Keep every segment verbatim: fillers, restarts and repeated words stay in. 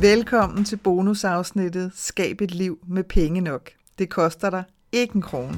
Velkommen til bonusafsnittet Skab et liv med penge nok. Det koster dig ikke en krone.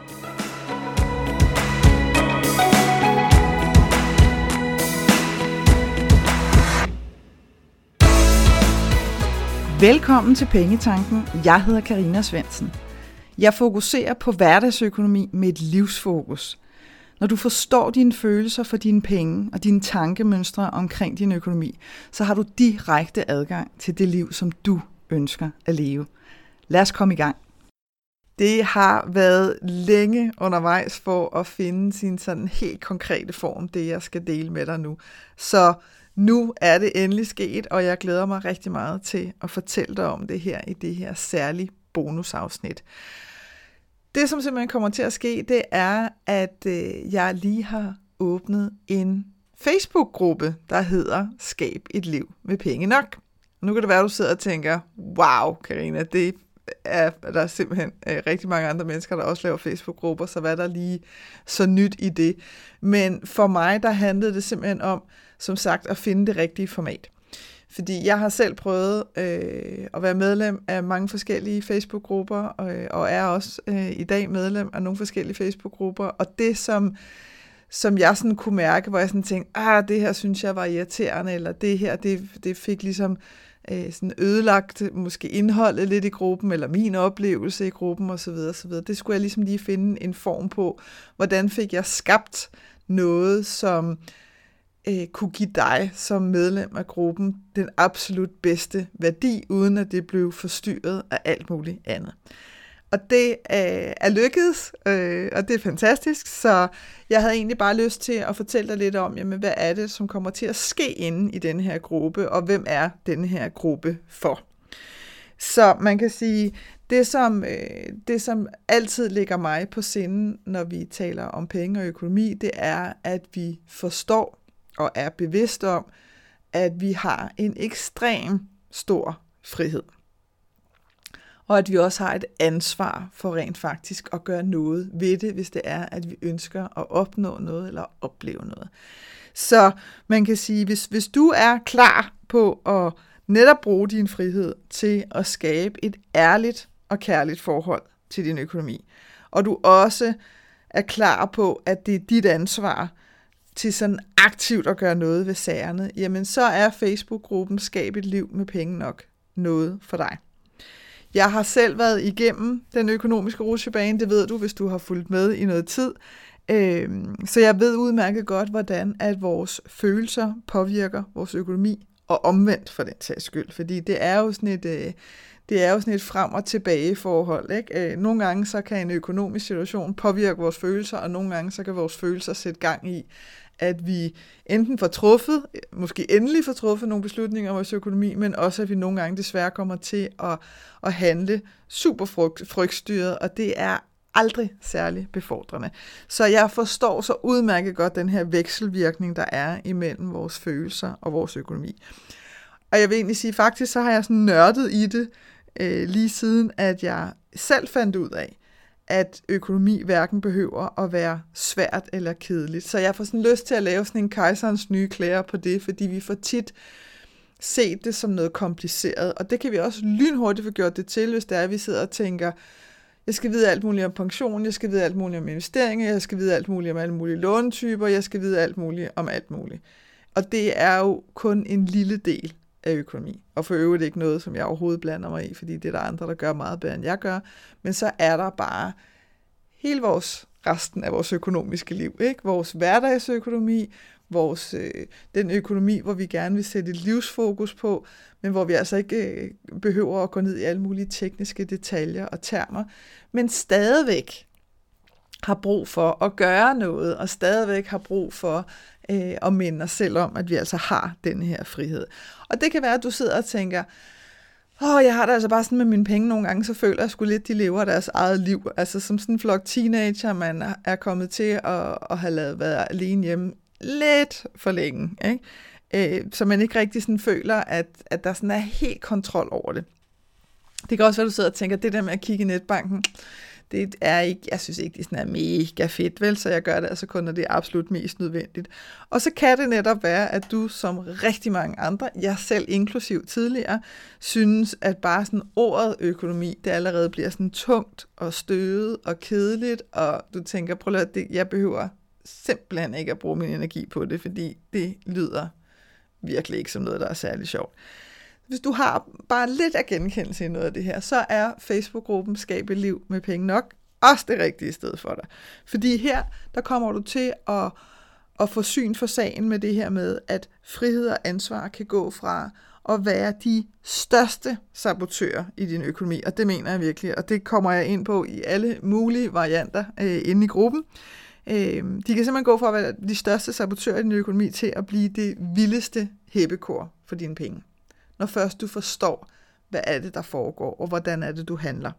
Velkommen til Pengetanken. Jeg hedder Karina Svendsen. Jeg fokuserer på hverdagsøkonomi med et livsfokus. Når du forstår dine følelser for dine penge og dine tankemønstre omkring din økonomi, så har du direkte adgang til det liv, som du ønsker at leve. Lad os komme i gang. Det har været længe undervejs for at finde sin sådan helt konkrete form, det jeg skal dele med dig nu. Så nu er det endelig sket, og jeg glæder mig rigtig meget til at fortælle dig om det her i det her særlige bonusafsnit. Det, som simpelthen kommer til at ske, det er, at øh, jeg lige har åbnet en Facebook-gruppe, der hedder Skab et liv med penge nok. Nu kan det være, at du sidder og tænker, wow, Karina, det er der er simpelthen øh, rigtig mange andre mennesker, der også laver Facebook-grupper, så hvad er der lige så nyt i det? Men for mig, der handlede det simpelthen om, som sagt, at finde det rigtige format. Fordi jeg har selv prøvet øh, at være medlem af mange forskellige Facebook-grupper, øh, og er også øh, i dag medlem af nogle forskellige Facebook-grupper. Og det, som, som jeg sådan kunne mærke, hvor jeg sådan tænkte, ah, det her synes jeg var irriterende, eller det her, det, det fik ligesom øh, sådan ødelagt måske indholdet lidt i gruppen, eller min oplevelse i gruppen osv. osv. Det skulle jeg ligesom lige finde en form på. Hvordan fik jeg skabt noget, som kunne give dig som medlem af gruppen den absolut bedste værdi, uden at det blev forstyrret af alt muligt andet. Og det øh, er lykkedes, øh, og det er fantastisk, så jeg havde egentlig bare lyst til at fortælle dig lidt om, jamen, hvad er det, som kommer til at ske inde i denne her gruppe, og hvem er denne her gruppe for. Så man kan sige, det som, øh, det som altid ligger mig på sinde, når vi taler om penge og økonomi, det er, at vi forstår og er bevidst om, at vi har en ekstrem stor frihed. Og at vi også har et ansvar for rent faktisk at gøre noget ved det, hvis det er, at vi ønsker at opnå noget eller opleve noget. Så man kan sige, hvis, hvis du er klar på at netop bruge din frihed til at skabe et ærligt og kærligt forhold til din økonomi, og du også er klar på, at det er dit ansvar til sådan aktivt at gøre noget ved sagerne, jamen så er Facebook-gruppen Skab et liv med penge nok noget for dig. Jeg har selv været igennem den økonomiske rutsjebane, det ved du, hvis du har fulgt med i noget tid. Så jeg ved udmærket godt, hvordan at vores følelser påvirker vores økonomi, og omvendt for den sags skyld, fordi det er jo sådan et, det er jo sådan et frem- og tilbage forhold, ikke? Nogle gange så kan en økonomisk situation påvirke vores følelser, og nogle gange så kan vores følelser sætte gang i, at vi enten får truffet, måske endelig får truffet nogle beslutninger om vores økonomi, men også at vi nogle gange desværre kommer til at, at handle super frygtstyret, og det er aldrig særlig befordrende. Så jeg forstår så udmærket godt den her vekselvirkning, der er imellem vores følelser og vores økonomi. Og jeg vil egentlig sige, faktisk så har jeg sådan nørdet i det, øh, lige siden at jeg selv fandt ud af, at økonomi hverken behøver at være svært eller kedeligt. Så jeg får sådan lyst til at lave sådan en kejserens nye klæder på det, fordi vi får tit set det som noget kompliceret, og det kan vi også lynhurtigt få gjort det til, hvis det er, at vi sidder og tænker, jeg skal vide alt muligt om pension, jeg skal vide alt muligt om investeringer, jeg skal vide alt muligt om alle mulige lånetyper, jeg skal vide alt muligt om alt muligt. Og det er jo kun en lille del af økonomi, og for øvrigt ikke noget, som jeg overhovedet blander mig i, fordi det er der andre, der gør meget bedre, end jeg gør, men så er der bare hele vores, resten af vores økonomiske liv, ikke? Vores hverdagsøkonomi, vores, øh, den økonomi, hvor vi gerne vil sætte et livsfokus på, men hvor vi altså ikke øh, behøver at gå ned i alle mulige tekniske detaljer og termer, men stadigvæk har brug for at gøre noget, og stadigvæk har brug for øh, at minde os selv om, at vi altså har den her frihed. Og det kan være, at du sidder og tænker, åh, jeg har det altså bare sådan med mine penge nogle gange, så føler jeg sgu lidt, de lever deres eget liv. Altså som sådan en flok teenager, man er kommet til at, at have lavet været alene hjemme lidt for længe, ikke? Øh, så man ikke rigtig sådan føler, at, at der sådan er helt kontrol over det. Det kan også være, at du sidder og tænker, det der med at kigge i netbanken, det er ikke, jeg synes ikke, det sådan er mega fedt, vel, så jeg gør det altså kun, når det er absolut mest nødvendigt. Og så kan det netop være, at du som rigtig mange andre, jeg selv inklusiv tidligere, synes, at bare sådan ordet økonomi, det allerede bliver sådan tungt og støvet og kedeligt, og du tænker, prøv at det, jeg behøver simpelthen ikke at bruge min energi på det, fordi det lyder virkelig ikke som noget, der er særlig sjovt. Hvis du har bare lidt af genkendelse i noget af det her, så er Facebook-gruppen Skab et liv med penge nok også det rigtige sted for dig. Fordi her, der kommer du til at, at få syn for sagen med det her med, at frihed og ansvar kan gå fra at være de største sabotører i din økonomi. Og det mener jeg virkelig, og det kommer jeg ind på i alle mulige varianter øh, inde i gruppen. Øh, de kan simpelthen gå fra at være de største sabotører i din økonomi til at blive det vildeste heppekor for dine penge. Når først du forstår, hvad er det, der foregår, og hvordan er det, du handler.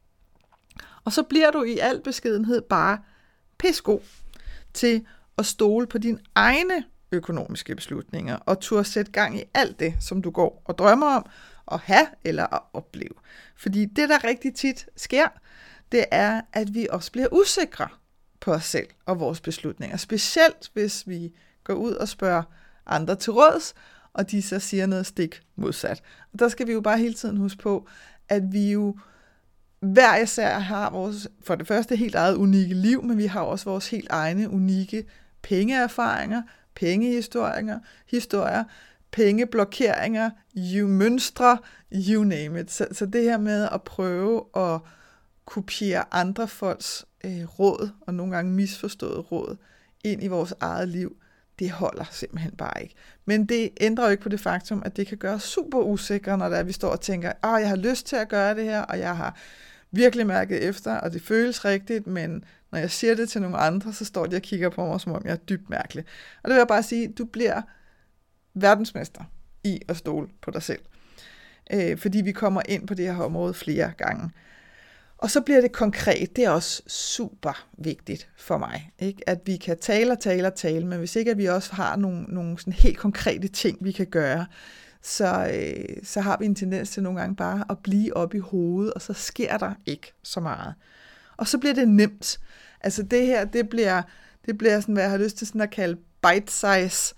Og så bliver du i al beskedenhed bare pissegod til at stole på dine egne økonomiske beslutninger, og turde sætte gang i alt det, som du går og drømmer om, at have eller at opleve. Fordi det, der rigtig tit sker, det er, at vi også bliver usikre på os selv og vores beslutninger. Specielt hvis vi går ud og spørger andre til råds, og de så siger noget stik modsat. Og der skal vi jo bare hele tiden huske på, at vi jo hver især har vores, for det første, helt eget unikke liv, men vi har også vores helt egne unikke pengeerfaringer, pengehistorier, historier, pengeblokeringer, you mønstre, you name it. Så, så det her med at prøve at kopiere andre folks øh, råd, og nogle gange misforstået råd, ind i vores eget liv, det holder simpelthen bare ikke. Men det ændrer jo ikke på det faktum, at det kan gøre os super usikre, når det er, vi står og tænker, at jeg har lyst til at gøre det her, og jeg har virkelig mærket efter, og det føles rigtigt, men når jeg siger det til nogle andre, så står de og kigger på mig, som om jeg er dybt mærkelig. Og det vil jeg bare sige, du bliver verdensmester i at stole på dig selv. Øh, fordi vi kommer ind på det her område flere gange. Og så bliver det konkret. Det er også super vigtigt for mig, ikke? At vi kan tale og tale og tale, men hvis ikke at vi også har nogle, nogle sådan helt konkrete ting, vi kan gøre, så, øh, så har vi en tendens til nogle gange bare at blive op i hovedet, og så sker der ikke så meget. Og så bliver det nemt. Altså det her, det bliver, det bliver sådan, hvad jeg har lyst til sådan at kalde bite-size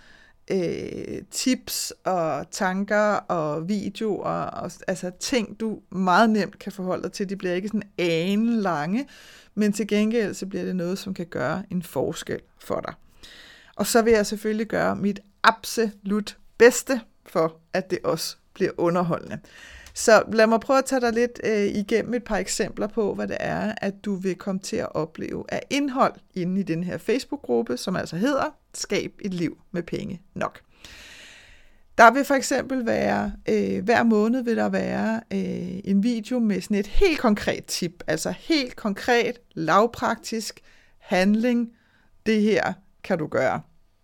øh, tips og tanker og videoer, og, altså ting, du meget nemt kan forholde dig til. De bliver ikke sådan anelange, men til gengæld så bliver det noget, som kan gøre en forskel for dig. Og så vil jeg selvfølgelig gøre mit absolut bedste for, at det også bliver underholdende. Så lad mig prøve at tage dig lidt øh, igennem et par eksempler på, hvad det er, at du vil komme til at opleve af indhold inde i den her Facebook-gruppe, som altså hedder Skab et liv med penge nok. Der vil for eksempel være, øh, hver måned vil der være øh, en video med sådan et helt konkret tip, altså helt konkret, lavpraktisk handling. Det her kan du gøre.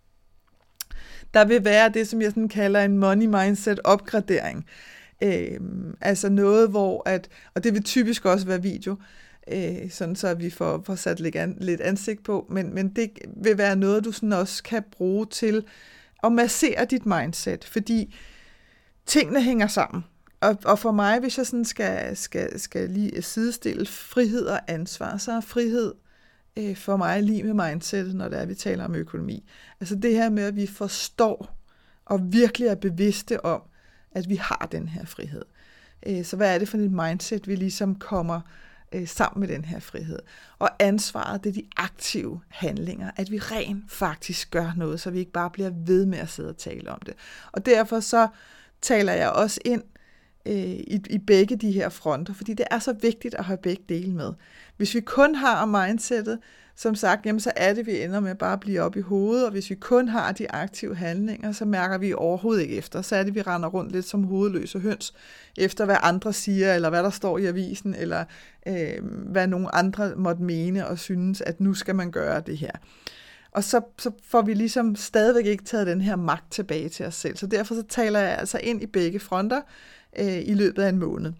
Der vil være det, som jeg sådan kalder en money mindset opgradering. Øh, altså noget, hvor at, og det vil typisk også være video, øh, sådan så vi får, får sat lidt, an, lidt ansigt på, men, men det vil være noget, du sådan også kan bruge til at massere dit mindset, fordi tingene hænger sammen. Og, og for mig, hvis jeg sådan skal, skal, skal lige sidestille frihed og ansvar, så er frihed øh, for mig lige med mindset, når det er, vi taler om økonomi. Altså det her med, at vi forstår og virkelig er bevidste om, at vi har den her frihed. Så hvad er det for et mindset, vi ligesom kommer sammen med den her frihed? Og ansvaret, det er de aktive handlinger, at vi rent faktisk gør noget, så vi ikke bare bliver ved med at sidde og tale om det. Og derfor så taler jeg også ind i, i begge de her fronter, fordi det er så vigtigt at have begge dele med. Hvis vi kun har mindsetet, som sagt, jamen, så er det, vi ender med bare at blive op i hovedet, og hvis vi kun har de aktive handlinger, så mærker vi overhovedet ikke efter. Så er det, vi render rundt lidt som hovedløse høns, efter hvad andre siger, eller hvad der står i avisen, eller øh, hvad nogle andre måtte mene og synes, at nu skal man gøre det her. Og så, så får vi ligesom stadigvæk ikke taget den her magt tilbage til os selv. Så derfor så taler jeg altså ind i begge fronter øh, i løbet af en måned.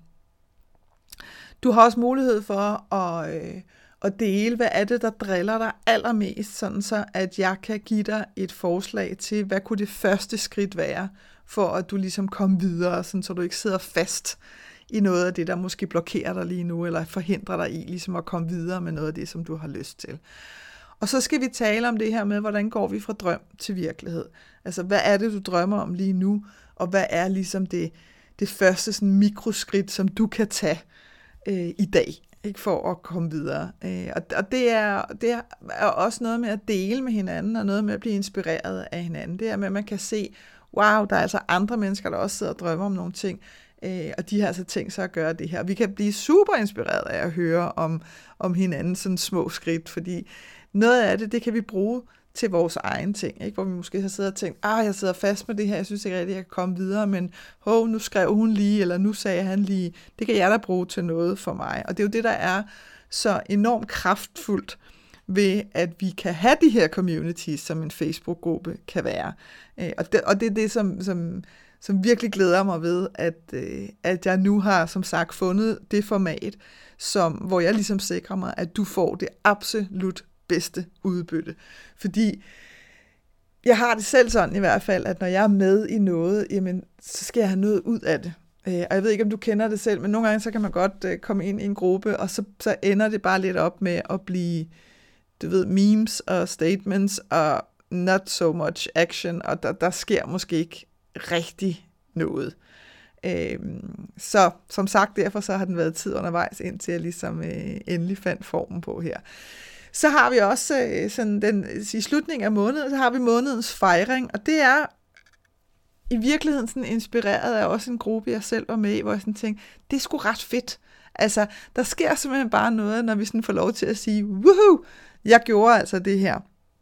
Du har også mulighed for at... Øh, og dele, hvad er det, der driller dig allermest, sådan så at jeg kan give dig et forslag til, hvad kunne det første skridt være, for at du ligesom kommer videre, sådan så du ikke sidder fast i noget af det, der måske blokerer dig lige nu, eller forhindrer dig i ligesom at komme videre med noget af det, som du har lyst til. Og så skal vi tale om det her med, hvordan går vi fra drøm til virkelighed. Altså, hvad er det, du drømmer om lige nu, og hvad er ligesom det, det første sådan mikroskridt, som du kan tage øh, i dag, ikke, for at komme videre. Øh, og og det, er, det er også noget med at dele med hinanden, og noget med at blive inspireret af hinanden. Det er med, at man kan se, wow, der er altså andre mennesker, der også sidder og drømmer om nogle ting, øh, og de har altså tænkt sig at gøre det her. Vi kan blive super inspireret af at høre om, om hinanden sådan små skridt, fordi noget af det, det kan vi bruge til vores egen ting, ikke? Hvor vi måske har siddet og tænkt, ah, jeg sidder fast med det her, jeg synes ikke rigtig, jeg kan komme videre, men hov, nu skrev hun lige, eller nu sagde han lige, det kan jeg da bruge til noget for mig. Og det er jo det, der er så enormt kraftfuldt ved, at vi kan have de her communities, som en Facebook-gruppe kan være. Og det, og det er det, som, som, som virkelig glæder mig ved, at, at jeg nu har, som sagt, fundet det format, som, hvor jeg ligesom sikrer mig, at du får det absolut bedste udbytte. Fordi jeg har det selv sådan i hvert fald, at når jeg er med i noget, jamen, så skal jeg have noget ud af det. Og jeg ved ikke, om du kender det selv, men nogle gange så kan man godt komme ind i en gruppe, og så, så ender det bare lidt op med at blive, du ved, memes og statements og not so much action, og der, der sker måske ikke rigtig noget. Øhm, så som sagt, derfor så har den været tid undervejs, indtil jeg ligesom øh, endelig fandt formen på her. Så har vi også øh, sådan den, i slutningen af måneden, så har vi månedens fejring, og det er i virkeligheden sådan inspireret af også en gruppe, jeg selv var med i, hvor jeg sådan tænkte, det er sgu ret fedt. Altså, der sker simpelthen bare noget, når vi sådan får lov til at sige, woohoo, jeg gjorde altså det her,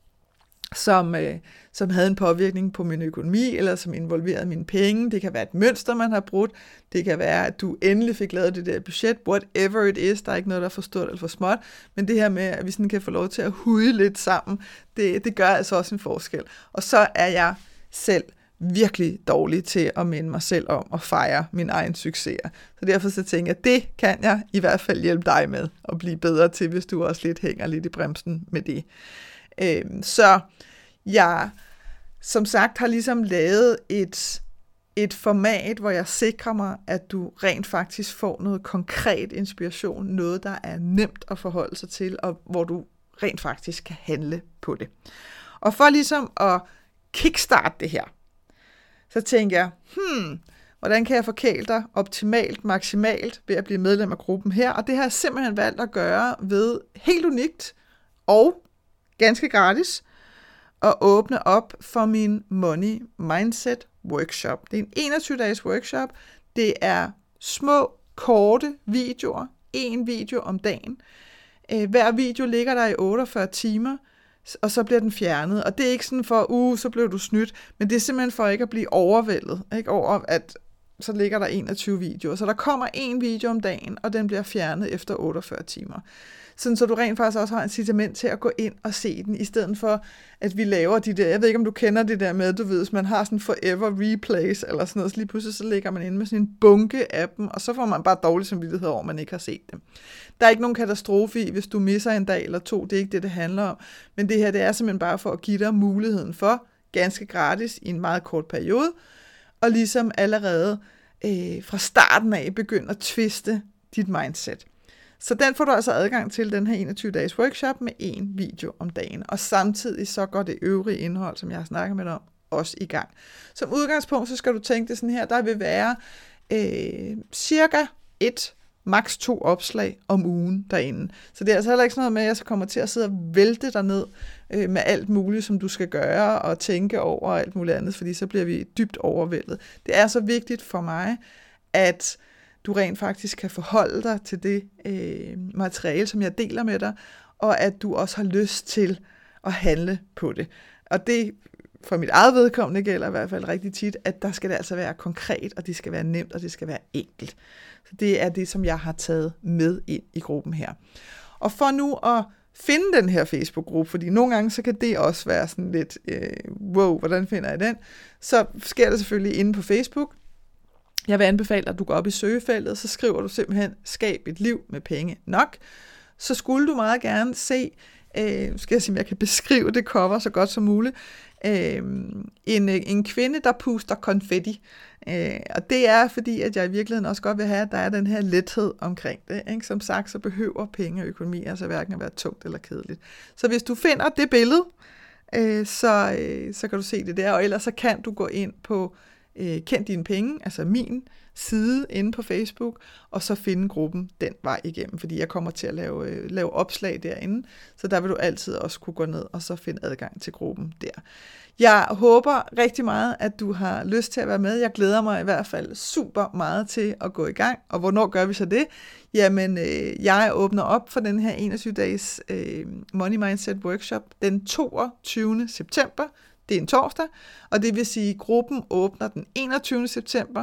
som, øh, som havde en påvirkning på min økonomi, eller som involverede mine penge. Det kan være et mønster, man har brudt. Det kan være, at du endelig fik lavet det der budget, whatever it is. Der er ikke noget, der er for stort eller for småt. Men det her med, at vi sådan kan få lov til at hude lidt sammen, det, det gør altså også en forskel. Og så er jeg selv virkelig dårlig til at minde mig selv om at fejre min egen succeser. Så derfor så tænker jeg, at det kan jeg i hvert fald hjælpe dig med at blive bedre til, hvis du også lidt hænger lidt i bremsen med det. Øhm, så jeg, som sagt, har ligesom lavet et, et format, hvor jeg sikrer mig, at du rent faktisk får noget konkret inspiration, noget, der er nemt at forholde sig til, og hvor du rent faktisk kan handle på det. Og for ligesom at kickstarte det her, så tænker jeg, hmm, hvordan kan jeg forkæle dig optimalt, maksimalt ved at blive medlem af gruppen her? Og det har jeg simpelthen valgt at gøre ved helt unikt og ganske gratis at åbne op for min Money Mindset Workshop. Det er en enogtyve dages workshop. Det er små, korte videoer. En video om dagen. Hver video ligger der i otteogfyrre timer, og så bliver den fjernet. Og det er ikke sådan for, uh, så blev du snydt, men det er simpelthen for ikke at blive overvældet, ikke, over at så ligger der enogtyve videoer. Så der kommer en video om dagen, og den bliver fjernet efter otteogfyrre timer. Sådan, så du rent faktisk også har en incitament til at gå ind og se den, i stedet for, at vi laver de der, jeg ved ikke, om du kender det der med, du ved, hvis man har sådan forever replays, eller sådan noget, så lige pludselig så ligger man inde med sådan en bunke af dem, og så får man bare dårlig samvittighed over, at man ikke har set dem. Der er ikke nogen katastrofe i, hvis du misser en dag eller to, det er ikke det, det handler om, men det her, det er simpelthen bare for at give dig muligheden for, ganske gratis, i en meget kort periode, og ligesom allerede øh, fra starten af begynde at twiste dit mindset. Så den får du altså adgang til, den her enogtyve dages workshop, med en video om dagen. Og samtidig så går det øvrige indhold, som jeg har snakket med dig om, også i gang. Som udgangspunkt, så skal du tænke det sådan her, der vil være øh, cirka et, maks to opslag om ugen derinde. Så det er altså heller ikke sådan noget med, at jeg så kommer til at sidde og vælte dig ned øh, med alt muligt, som du skal gøre og tænke over og alt muligt andet, fordi så bliver vi dybt overvældet. Det er så vigtigt for mig, at du rent faktisk kan forholde dig til det øh, materiale, som jeg deler med dig, og at du også har lyst til at handle på det. Og det, for mit eget vedkommende, gælder i hvert fald rigtig tit, at der skal det altså være konkret, og det skal være nemt, og det skal være enkelt. Så det er det, som jeg har taget med ind i gruppen her. Og for nu at finde den her Facebook-gruppe, fordi nogle gange så kan det også være sådan lidt, øh, wow, hvordan finder jeg den? Så sker det selvfølgelig inde på Facebook. Jeg vil anbefale, at du går op i søgefeltet, så skriver du simpelthen, skab et liv med penge nok. Så skulle du meget gerne se, øh, skal jeg sige, om jeg kan beskrive det cover så godt som muligt, øh, en, en kvinde, der puster konfetti. Øh, og det er fordi, at jeg i virkeligheden også godt vil have, at der er den her lethed omkring det. Ikke? Som sagt, så behøver penge og økonomi altså hverken at være tungt eller kedeligt. Så hvis du finder det billede, øh, så, øh, så kan du se det der, og ellers så kan du gå ind på øh, Kend Dine Penge, altså min side inde på Facebook, og så finde gruppen den vej igennem, fordi jeg kommer til at lave, øh, lave opslag derinde, så der vil du altid også kunne gå ned og så finde adgang til gruppen der. Jeg håber rigtig meget, at du har lyst til at være med. Jeg glæder mig i hvert fald super meget til at gå i gang. Og hvornår gør vi så det? Jamen, øh, jeg åbner op for den her enogtyve-dages øh, Money Mindset Workshop den toogtyvende september. Det er en torsdag, og det vil sige, at gruppen åbner den enogtyvende september.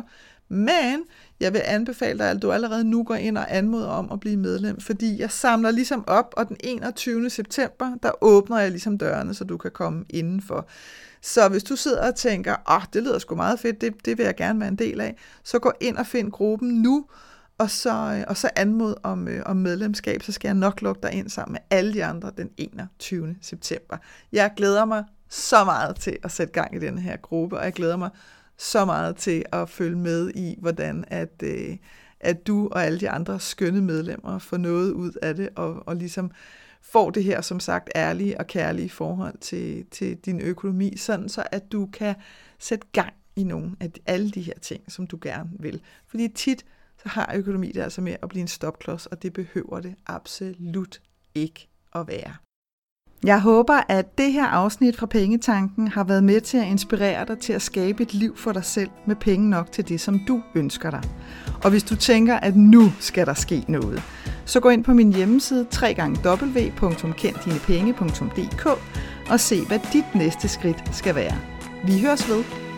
Men jeg vil anbefale dig, at du allerede nu går ind og anmoder om at blive medlem, fordi jeg samler ligesom op, og den enogtyvende september, der åbner jeg ligesom dørene, så du kan komme indenfor. Så hvis du sidder og tænker, åh, oh, det lyder sgu meget fedt, det, det vil jeg gerne være en del af, så gå ind og find gruppen nu, og så, og så anmod om, øh, om medlemskab, så skal jeg nok lukke dig ind sammen med alle de andre den enogtyvende september. Jeg glæder mig så meget til at sætte gang i den her gruppe, og jeg glæder mig så meget til at følge med i, hvordan at, øh, at du og alle de andre skønne medlemmer får noget ud af det, og, og ligesom får det her, som sagt, ærlige og kærlige forhold til, til din økonomi, sådan så at du kan sætte gang i nogle af de, alle de her ting, som du gerne vil. Fordi tit, så har økonomi det altså med at blive en stopklods, og det behøver det absolut ikke at være. Jeg håber, at det her afsnit fra Pengetanken har været med til at inspirere dig til at skabe et liv for dig selv med penge nok til det, som du ønsker dig. Og hvis du tænker, at nu skal der ske noget, så gå ind på min hjemmeside w w w punktum kend dine penge punktum d k og se, hvad dit næste skridt skal være. Vi høres ved.